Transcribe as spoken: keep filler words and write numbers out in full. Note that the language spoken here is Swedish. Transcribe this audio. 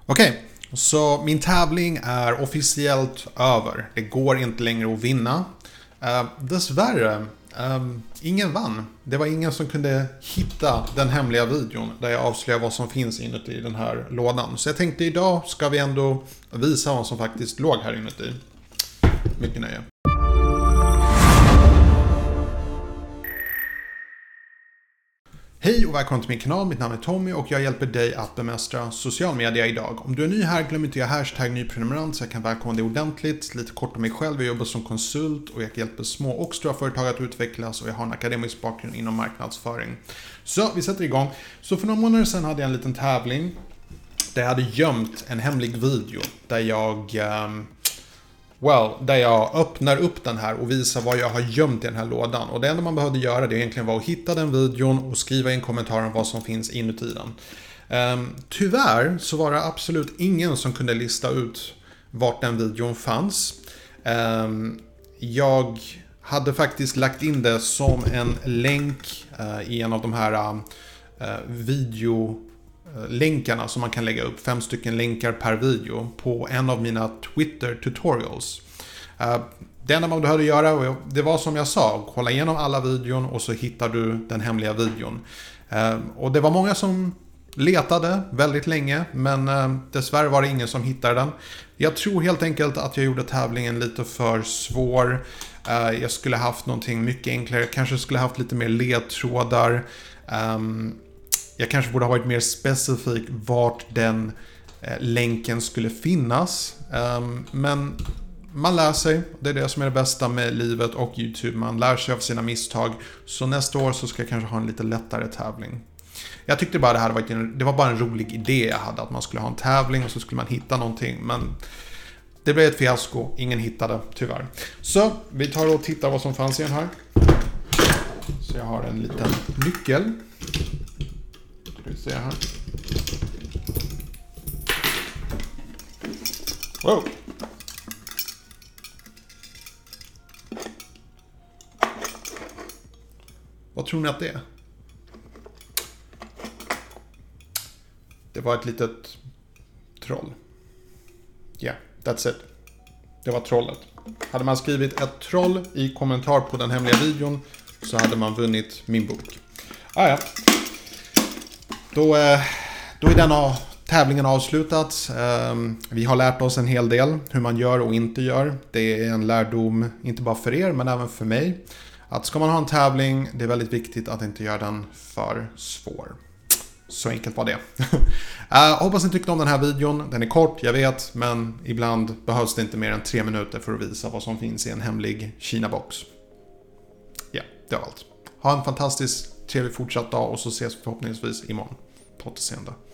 Okej, okay, så min tävling är officiellt över. Det går inte längre att vinna. Uh, dessvärre, um, ingen vann. Det var ingen som kunde hitta den hemliga videon där jag avslöjar vad som finns inuti den här lådan. Så jag tänkte idag ska vi ändå visa vad som faktiskt låg här inuti. Mycket nöje. Hej och välkommen till min kanal, mitt namn är Tommy och jag hjälper dig att bemästra social media idag. Om du är ny här, glöm inte att göra hashtag ny prenumerant så jag kan välkomna dig ordentligt. Lite kort om mig själv, jag jobbar som konsult och jag hjälper små och stora företag att utvecklas och jag har en akademisk bakgrund inom marknadsföring. Så vi sätter igång. Så för några månader sedan hade jag en liten tävling där jag hade gömt en hemlig video där jag... Um, Well, där jag öppnar upp den här och visar vad jag har gömt i den här lådan. Och det enda man behövde göra det egentligen var att hitta den videon och skriva in kommentarer om vad som finns inuti den. Um, tyvärr så var det absolut ingen som kunde lista ut vart den videon fanns. Um, jag hade faktiskt lagt in det som en länk uh, i en av de här uh, video... länkarna som man kan lägga upp, fem stycken länkar per video på en av mina Twitter tutorials. Det enda man behövde göra, det var som jag sa, kolla igenom alla videon och så hittar du den hemliga videon. Och det var många som letade väldigt länge, men dessvärre var det ingen som hittade den. Jag tror helt enkelt att jag gjorde tävlingen lite för svår. Jag skulle haft någonting mycket enklare, kanske skulle haft lite mer ledtrådar. Jag kanske borde ha varit mer specifik vart den eh, länken skulle finnas. Um, men man lär sig. Det är det som är det bästa med livet och YouTube. Man lär sig av sina misstag. Så nästa år så ska jag kanske ha en lite lättare tävling. Jag tyckte bara det här var, en, det var bara en rolig idé jag hade. Att man skulle ha en tävling och så skulle man hitta någonting. Men det blev ett fiasko. Ingen hittade tyvärr. Så vi tar och tittar vad som fanns i den här. Så jag har en liten nyckel. Vi ser här. Wow. Vad tror ni att det är? Det var ett litet troll. Ja, yeah, that's it. Det var trollet. Hade man skrivit ett troll i kommentar på den hemliga videon så hade man vunnit min bok. Ah, ja. Då, då är denna tävlingen avslutat. Vi har lärt oss en hel del hur man gör och inte gör. Det är en lärdom inte bara för er men även för mig. Att ska man ha en tävling, det är väldigt viktigt att inte göra den för svår. Så enkelt var det. Jag hoppas ni tyckte om den här videon. Den är kort, jag vet, men ibland behövs det inte mer än tre minuter för att visa vad som finns i en hemlig Kina-box. Ja, det var allt. Ha en fantastisk trevlig fortsatt dag och så ses vi förhoppningsvis imorgon. På återseende.